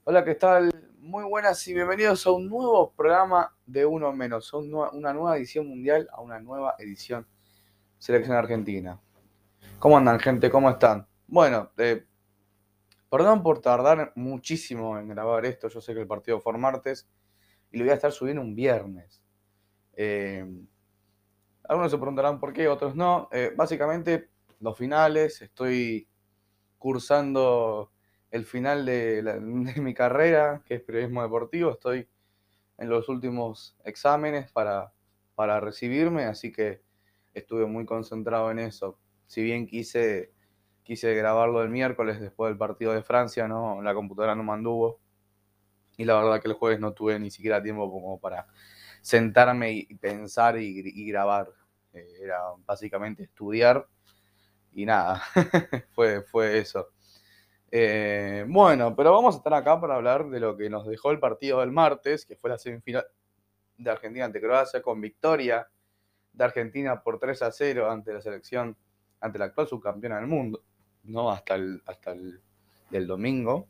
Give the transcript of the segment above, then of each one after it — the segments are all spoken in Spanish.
Hola, ¿qué tal? Muy buenas y bienvenidos a un nuevo programa de Uno Menos, a una nueva edición mundial, a una nueva edición Selección Argentina. ¿Cómo andan, gente? ¿Cómo están? Bueno, perdón por tardar muchísimo en grabar esto. Yo sé que el partido fue martes y lo voy a estar subiendo un viernes. Eh, Algunos se preguntarán por qué, otros no. Básicamente, los finales, estoy cursando el final de mi carrera, que es periodismo deportivo. Estoy en los últimos exámenes para recibirme, así que estuve muy concentrado en eso. Si bien quise grabarlo el miércoles después del partido de Francia, ¿no? La computadora no me anduvo y la verdad que el jueves no tuve ni siquiera tiempo como para sentarme y pensar y grabar. Era básicamente estudiar y nada, fue eso. Bueno, pero vamos a estar acá para hablar de lo que nos dejó el partido del martes, que fue la semifinal de Argentina ante Croacia, con victoria de Argentina por 3-0 ante la selección, ante la actual subcampeona del mundo, ¿no? Hasta el del domingo.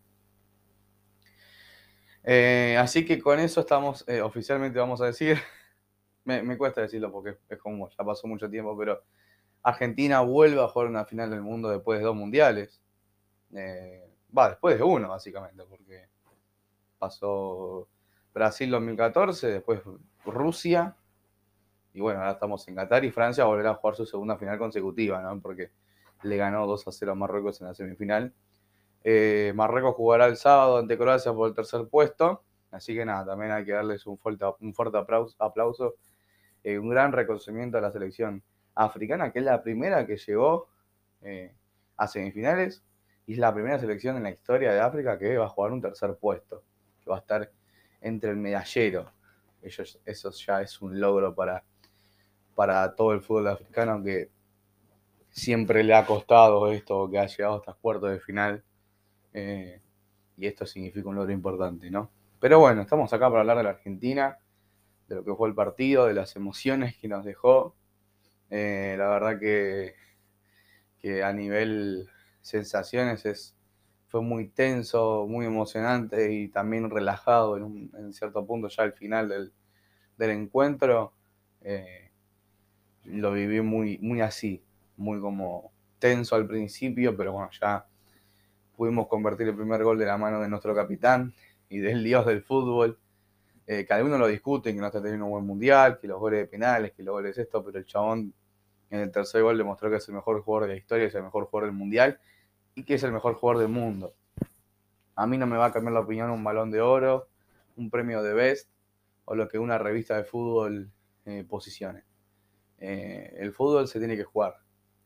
Así que con eso estamos, oficialmente vamos a decir, me cuesta decirlo porque es como ya pasó mucho tiempo, pero Argentina vuelve a jugar una final del mundo después de dos mundiales. Después de uno, básicamente, porque pasó Brasil 2014, después Rusia, y bueno, ahora estamos en Qatar y Francia volverá a jugar su segunda final consecutiva, ¿no? Porque le ganó 2-0 a Marruecos en la semifinal. Marruecos jugará el sábado ante Croacia por el tercer puesto, así que nada, también hay que darles un fuerte aplauso, un gran reconocimiento a la selección africana, que es la primera que llegó eh, a semifinales y es la primera selección en la historia de África que va a jugar un tercer puesto, que va a estar entre el medallero. Eso ya es un logro para todo el fútbol africano, aunque siempre le ha costado esto, que ha llegado hasta cuartos de final, eh, y esto significa un logro importante, ¿no? Pero bueno, estamos acá para hablar de la Argentina, de lo que fue el partido, de las emociones que nos dejó. La verdad que a nivel sensaciones fue muy tenso, muy emocionante y también relajado en cierto punto ya al final del encuentro. Eh, lo viví muy, muy así, muy como tenso al principio, pero bueno, ya pudimos convertir el primer gol de la mano de nuestro capitán y del dios del fútbol. Cada uno lo discute, que no está teniendo un buen mundial, que los goles de penales, que los goles esto, pero el chabón en el tercer gol demostró que es el mejor jugador de la historia, es el mejor jugador del mundial y que es el mejor jugador del mundo. A mí no me va a cambiar la opinión un balón de oro, un premio de Best o lo que una revista de fútbol posicione. El fútbol se tiene que jugar,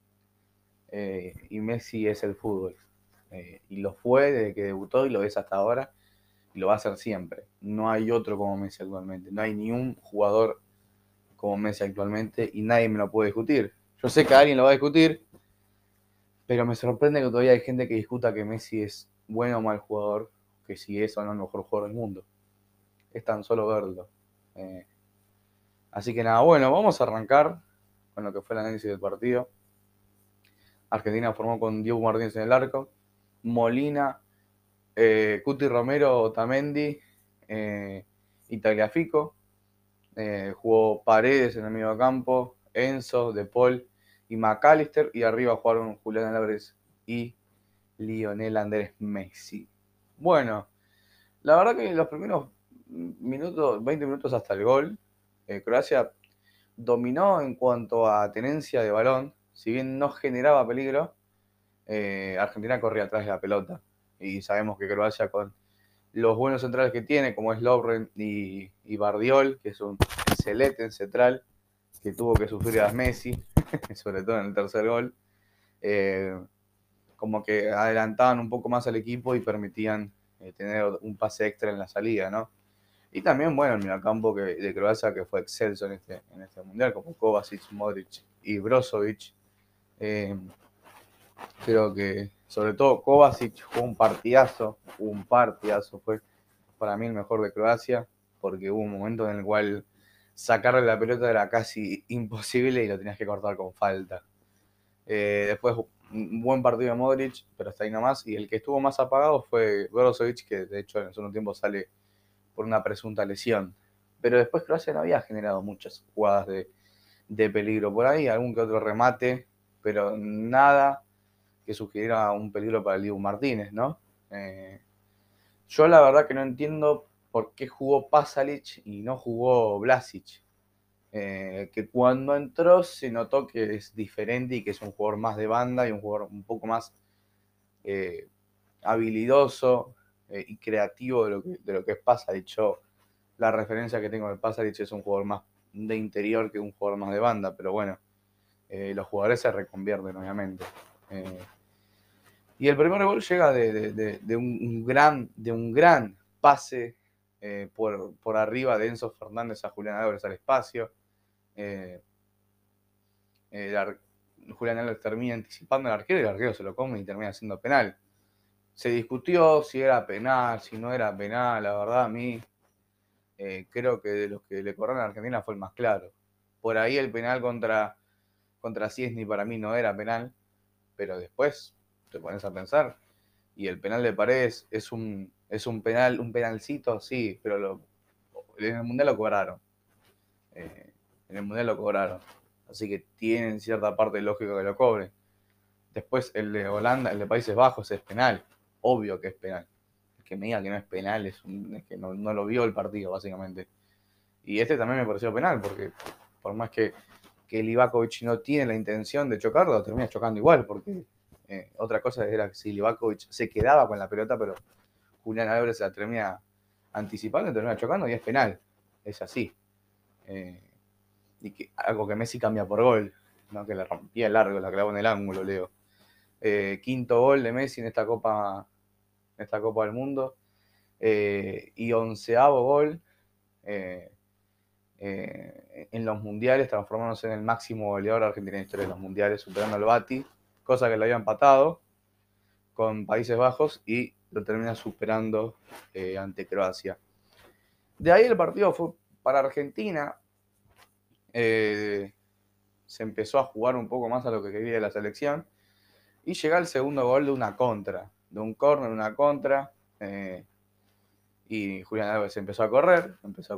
y Messi es el fútbol. Y lo fue desde que debutó y lo es hasta ahora y lo va a hacer siempre. No hay otro como Messi actualmente. No hay ni un jugador como Messi actualmente y nadie me lo puede discutir. Yo sé que alguien lo va a discutir, pero me sorprende que todavía hay gente que discuta que Messi es bueno o mal jugador, que si es o no el mejor jugador del mundo. Es tan solo verlo. Eh, Así que nada, bueno, vamos a arrancar con lo que fue el análisis del partido. Argentina formó con Diego Martínez en el arco, Molina, Cuti Romero, Otamendi y Tagliafico. Jugó Paredes en el medio campo, Enzo, De Paul y McAllister. Y arriba jugaron Julián Álvarez y Lionel Andrés Messi. Bueno, la verdad que en los primeros minutos, 20 minutos hasta el gol, Croacia dominó en cuanto a tenencia de balón. Si bien no generaba peligro, Argentina corría atrás de la pelota. Y sabemos que Croacia, con los buenos centrales que tiene, como es Lovren y Bardiol, que es un excelente central, que tuvo que sufrir a Messi, sobre todo en el tercer gol, eh, como que adelantaban un poco más al equipo y permitían tener un pase extra en la salida, ¿no? Y también, bueno, el mediocampo de Croacia, que fue excelso en este mundial, como Kovacic, Modric y Brozovic. Eh, Creo que, sobre todo, Kovacic jugó un partidazo, fue para mí el mejor de Croacia, porque hubo un momento en el cual sacarle la pelota era casi imposible y lo tenías que cortar con falta. Después un buen partido de Modric, pero hasta ahí nomás. Y el que estuvo más apagado fue Brozovic, que de hecho en el segundo tiempo sale por una presunta lesión. Pero después Croacia no había generado muchas jugadas de peligro por ahí, algún que otro remate, pero nada que sugiriera un peligro para el Dibu Martínez, ¿no? Yo la verdad que no entiendo por qué jugó Pasalic y no jugó Vlasic. Que cuando entró se notó que es diferente y que es un jugador más de banda y un jugador un poco más eh, habilidoso y creativo de lo que es Pasalic. Yo, la referencia que tengo de Pasalic es un jugador más de interior que un jugador más de banda, pero bueno, los jugadores se reconvierten, obviamente. Eh, y el primer gol llega de un gran pase por arriba de Enzo Fernández a Julián Álvarez al espacio. Eh, Julián Álvarez termina anticipando al arquero y el arquero se lo come y termina siendo penal. Se discutió si era penal, si no era penal. La verdad, a mí creo que de los que le corrieron a Argentina fue el más claro. Por ahí el penal contra Ciesny para mí no era penal, pero después te pones a pensar y el penal de Paredes es un penal, un penalcito, sí, pero en el Mundial lo cobraron. En el Mundial lo cobraron. Así que tienen cierta parte lógica que lo cobren. Después el de Holanda, el de Países Bajos es penal. Obvio que es penal. El que me diga que no es penal es que no lo vio el partido, básicamente. Y este también me pareció penal, porque por más que Livakovic no tiene la intención de chocarlo, lo termina chocando igual, porque otra cosa era que si Livakovic se quedaba con la pelota, pero Julián Álvarez se la termina anticipando y termina chocando y es penal. Es así. Eh, y que, algo que Messi cambia por gol, ¿no? Que le rompía largo, la clavó en el ángulo, Leo. Quinto gol de Messi en esta Copa del Mundo. Y 11º gol en los mundiales, transformándose en el máximo goleador argentino en la historia de los mundiales, superando al Bati, cosa que le había empatado con Países Bajos y lo termina superando ante Croacia. De ahí el partido fue para Argentina. Se empezó a jugar un poco más a lo que quería la selección y llega el segundo gol de una contra, de un córner, una contra. Y Julián Álvarez empezó a correr,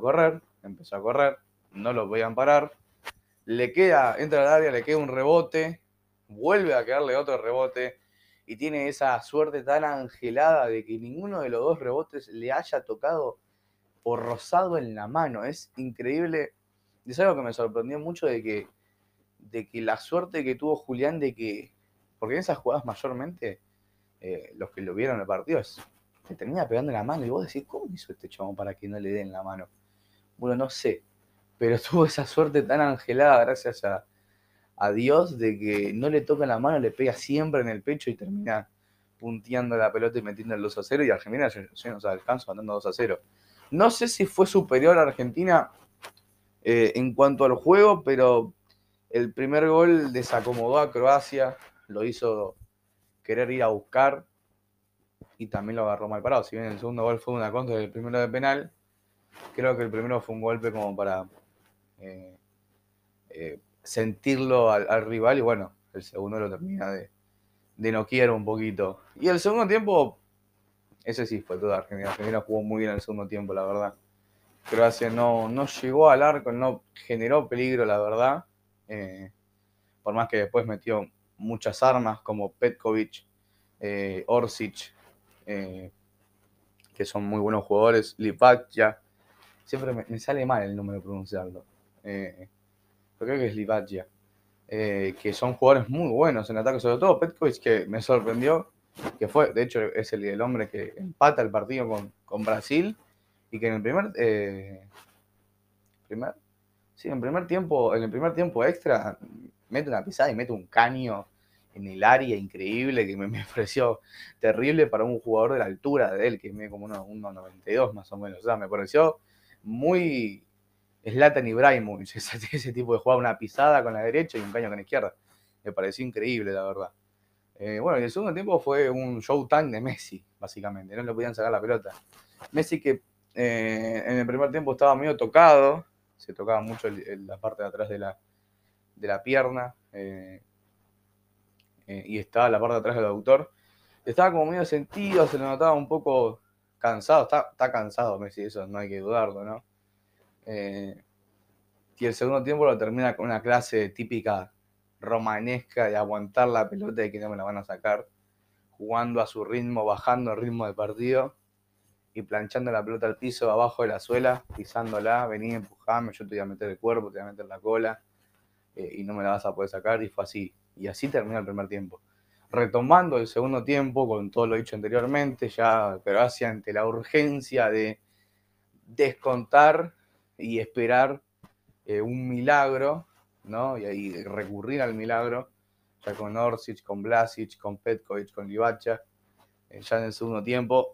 no lo podían parar. Entra al área, le queda un rebote, vuelve a quedarle otro rebote y tiene esa suerte tan angelada de que ninguno de los dos rebotes le haya tocado o rozado en la mano. Es increíble. Es algo que me sorprendió mucho de que la suerte que tuvo Julián porque en esas jugadas mayormente, los que lo vieron en el partido, se termina pegando en la mano y vos decís, ¿cómo hizo este chabón para que no le den la mano? Bueno, no sé, pero tuvo esa suerte tan angelada gracias a Dios de que no le toca la mano, le pega siempre en el pecho y termina punteando la pelota y metiendo el 2-0 y Argentina llenos al descanso andando 2-0. No sé si fue superior a Argentina en cuanto al juego, pero el primer gol desacomodó a Croacia, lo hizo querer ir a buscar y también lo agarró mal parado. Si bien el segundo gol fue una contra del primero de penal, creo que el primero fue un golpe como para sentirlo al rival y bueno, el segundo lo termina de noquear un poquito. Y el segundo tiempo, ese sí fue todo Argentina. Argentina jugó muy bien el segundo tiempo, la verdad. Croacia no llegó al arco, no generó peligro, la verdad. Por más que después metió muchas armas como Petkovic, Orsic, que son muy buenos jugadores, Livadia. Siempre me sale mal el número de pronunciarlo. Pero creo que es Livadia. Que son jugadores muy buenos en ataque, sobre todo Petkovic, que me sorprendió, que fue, de hecho, es el hombre que empata el partido con Brasil y que en el en el primer tiempo extra mete una pisada y mete un caño en el área increíble que me pareció terrible para un jugador de la altura de él, que mide como 1,92 más o menos. O sea, me pareció muy Zlatan Ibrahimovic, ese tipo de jugada, una pisada con la derecha y un caño con la izquierda. Me pareció increíble, la verdad. Bueno, y el segundo tiempo fue un showtime de Messi, básicamente. No le podían sacar la pelota. Messi que en el primer tiempo estaba medio tocado, se tocaba mucho la parte de atrás de la pierna. y estaba la parte de atrás del autor. Estaba como medio sentido, se le notaba un poco cansado. Está cansado Messi, eso no hay que dudarlo, ¿no? Y el segundo tiempo lo termina con una clase típica romanesca de aguantar la pelota y que no me la van a sacar, jugando a su ritmo, bajando el ritmo del partido y planchando la pelota al piso, abajo de la suela, pisándola, vení, empujame, yo te voy a meter el cuerpo, te voy a meter la cola, y no me la vas a poder sacar, y fue así. Y así terminó el primer tiempo. Retomando el segundo tiempo, con todo lo dicho anteriormente, ya Croacia ante la urgencia de descontar y esperar un milagro, ¿no? Y ahí recurrir al milagro, ya con Orsic, con Vlasic, con Petkovic, con Livacha, ya en el segundo tiempo,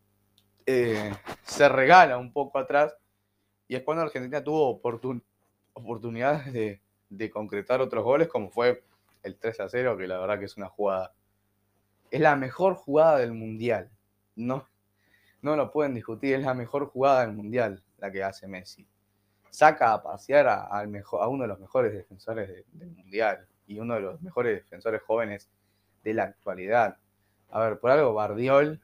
se regala un poco atrás, y es cuando Argentina tuvo oportunidades de concretar otros goles, como fue el 3-0, que la verdad que es una jugada, es la mejor jugada del Mundial, no, no lo pueden discutir, es la mejor jugada del Mundial la que hace Messi. Saca a pasear a uno de los mejores defensores del Mundial y uno de los mejores defensores jóvenes de la actualidad. A ver, por algo Bardiol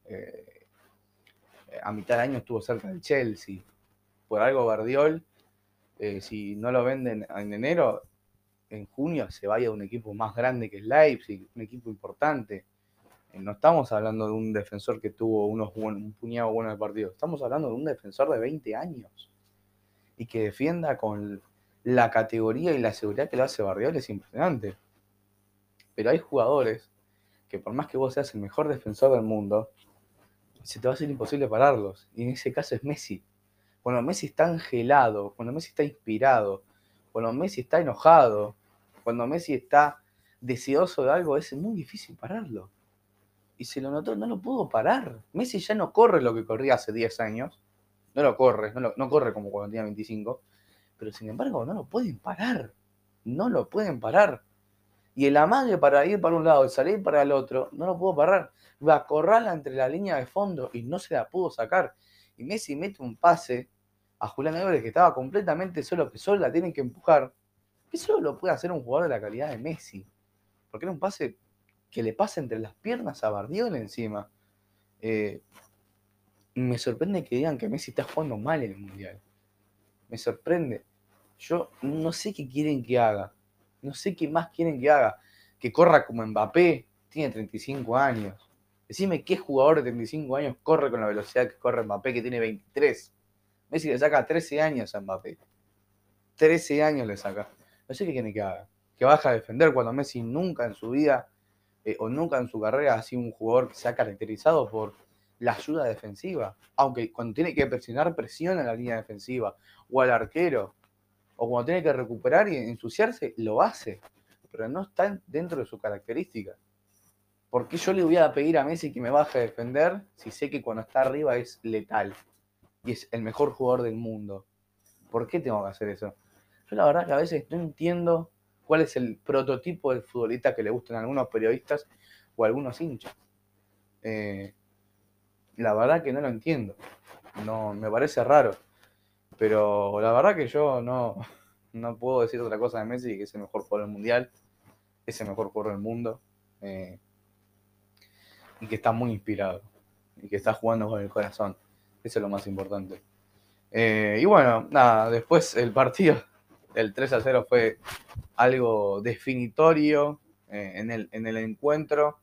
a mitad de año estuvo cerca del Chelsea. Por algo Bardiol, si no lo venden en enero, en junio se vaya a un equipo más grande que es Leipzig, un equipo importante. No estamos hablando de un defensor que tuvo un puñado bueno de partidos. Estamos hablando de un defensor de 20 años. Y que defienda con la categoría y la seguridad que lo hace Bardiol es impresionante. Pero hay jugadores que por más que vos seas el mejor defensor del mundo, se te va a hacer imposible pararlos. Y en ese caso es Messi. Cuando Messi está angelado, cuando Messi está inspirado, cuando Messi está enojado, cuando Messi está deseoso de algo, es muy difícil pararlo. Y se lo notó, no lo pudo parar. Messi ya no corre lo que corría hace 10 años. No lo corre, no corre como cuando tenía 25. Pero sin embargo no lo pueden parar. No lo pueden parar. Y el amague para ir para un lado y salir para el otro, no lo pudo parar. Va a correrla entre la línea de fondo y no se la pudo sacar. Y Messi mete un pase a Julián Álvarez que estaba completamente solo, que solo la tienen que empujar. Que solo lo puede hacer un jugador de la calidad de Messi. Porque era un pase que le pasa entre las piernas a Bardiol encima. Me sorprende que digan que Messi está jugando mal en el Mundial. Me sorprende. Yo no sé qué quieren que haga. No sé qué más quieren que haga. Que corra como Mbappé. Tiene 35 años. Decime qué jugador de 35 años corre con la velocidad que corre Mbappé, que tiene 23. Messi le saca 13 años a Mbappé. 13 años le saca. No sé qué quieren que haga. Que baja a defender cuando Messi nunca en su vida o nunca en su carrera ha sido un jugador que se ha caracterizado por la ayuda defensiva. Aunque cuando tiene que presionar, presiona en la línea defensiva o al arquero. O cuando tiene que recuperar y ensuciarse, lo hace. Pero no está dentro de su característica. ¿Por qué yo le voy a pedir a Messi que me baje a defender si sé que cuando está arriba es letal y es el mejor jugador del mundo? ¿Por qué tengo que hacer eso? Yo la verdad que a veces no entiendo cuál es el prototipo del futbolista que le gustan a algunos periodistas o a algunos hinchas. La verdad que no lo entiendo. No, me parece raro. Pero la verdad que yo no puedo decir otra cosa de Messi que es el mejor jugador del mundial, es el mejor jugador del mundo, y que está muy inspirado y que está jugando con el corazón. Eso es lo más importante. Y bueno, nada, después el partido, el 3-0 fue algo definitorio en el encuentro,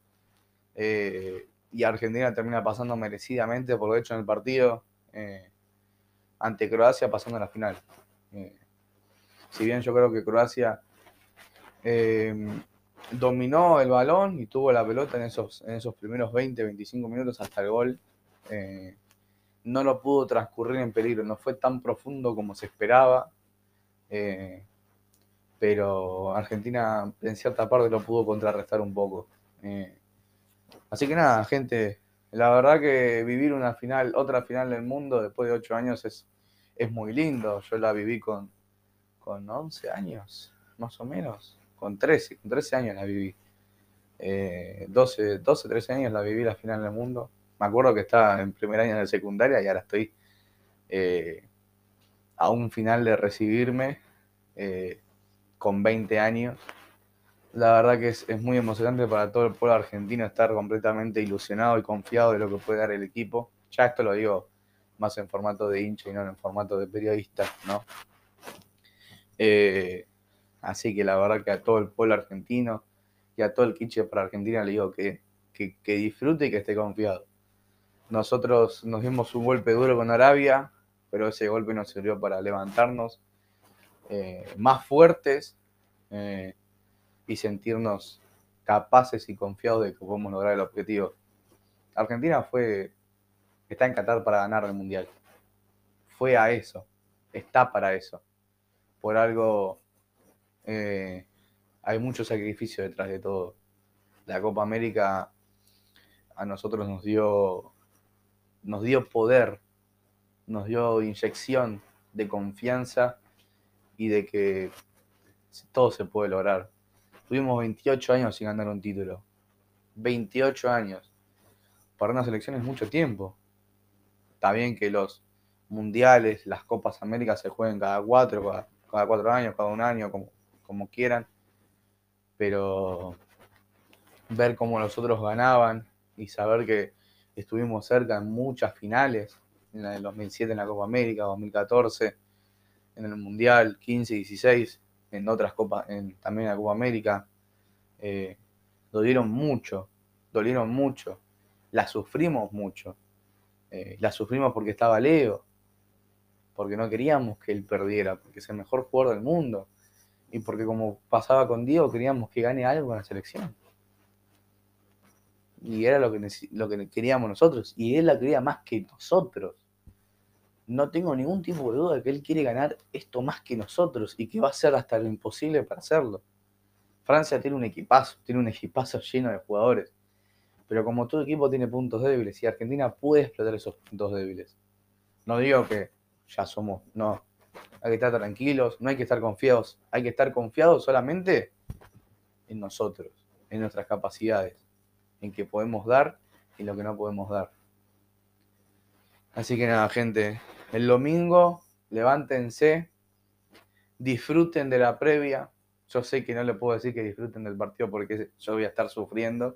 y Argentina termina pasando merecidamente por lo hecho en el partido, ante Croacia, pasando a la final. Si bien yo creo que Croacia dominó el balón y tuvo la pelota en esos primeros 20-25 minutos hasta el gol, no lo pudo transcurrir en peligro, no fue tan profundo como se esperaba, pero Argentina en cierta parte lo pudo contrarrestar un poco. Así que nada, gente, la verdad que vivir otra final del mundo después de 8 años es muy lindo. Yo la viví con 11 años, más o menos, con 13 años la viví. 12, 13 años la viví la final del mundo. Me acuerdo que estaba en primer año de secundaria y ahora estoy a un final de recibirme con 20 años. La verdad que es muy emocionante para todo el pueblo argentino estar completamente ilusionado y confiado de lo que puede dar el equipo. Ya esto lo digo más en formato de hincha y no en formato de periodista, ¿no? Eh, Así que la verdad que a todo el pueblo argentino y a todo el quiche para Argentina le digo que disfrute y que esté confiado. Nosotros nos dimos un golpe duro con Arabia, pero ese golpe nos sirvió para levantarnos más fuertes eh, y sentirnos capaces y confiados de que podemos lograr el objetivo. Argentina está en Qatar para ganar el Mundial. Fue a eso, está para eso. Por algo eh, hay mucho sacrificio detrás de todo. La Copa América a nosotros nos dio poder, nos dio inyección de confianza y de que todo se puede lograr. Tuvimos 28 años sin ganar un título. 28 años. Para una selección es mucho tiempo. Está bien que los mundiales, las Copas Américas se jueguen cada 4 años, cada un año, como quieran, pero ver cómo los otros ganaban y saber que estuvimos cerca en muchas finales, en la del 2007 en la Copa América, 2014 en el Mundial, 15, 16 en otras copas, también en la Copa América, eh, dolieron mucho, la sufrimos mucho, la sufrimos porque estaba Leo, porque no queríamos que él perdiera, porque es el mejor jugador del mundo, y porque como pasaba con Diego, queríamos que gane algo en la selección. Y era lo que queríamos nosotros, y él la quería más que nosotros. No tengo ningún tipo de duda de que él quiere ganar esto más que nosotros y que va a hacer hasta lo imposible para hacerlo. Francia tiene un equipazo lleno de jugadores, pero como todo equipo tiene puntos débiles y Argentina puede explotar esos puntos débiles. No digo que ya somos, no, hay que estar tranquilos, no hay que estar confiados, hay que estar confiados solamente en nosotros, en nuestras capacidades, en que podemos dar y lo que no podemos dar. Así que nada, gente, el domingo levántense, disfruten de la previa. Yo sé que no le puedo decir que disfruten del partido porque yo voy a estar sufriendo.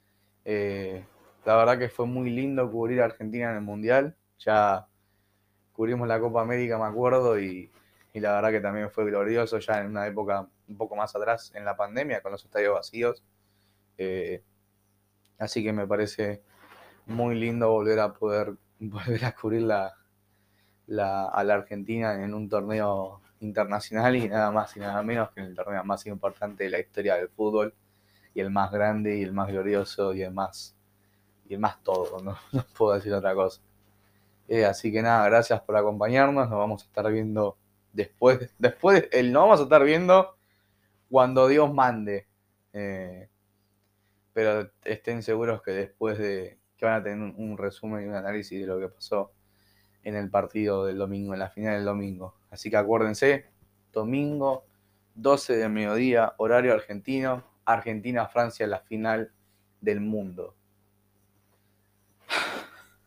La verdad que fue muy lindo cubrir a Argentina en el Mundial. Ya cubrimos la Copa América, me acuerdo, y la verdad que también fue glorioso ya en una época un poco más atrás, en la pandemia, con los estadios vacíos. Eh, Así que me parece muy lindo volver a poder volver a cubrir a la Argentina en un torneo internacional y nada más y nada menos que en el torneo más importante de la historia del fútbol y el más grande y el más glorioso y el más todo, no, no puedo decir otra cosa. Así que nada, gracias por acompañarnos, nos vamos a estar viendo nos vamos a estar viendo cuando Dios mande. Eh, pero estén seguros que después de que van a tener un resumen y un análisis de lo que pasó en el partido del domingo, en la final del domingo. Así que acuérdense, domingo, 12 del mediodía, horario argentino, Argentina-Francia, la final del mundo.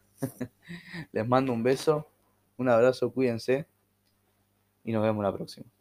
Les mando un beso, un abrazo, cuídense y nos vemos la próxima.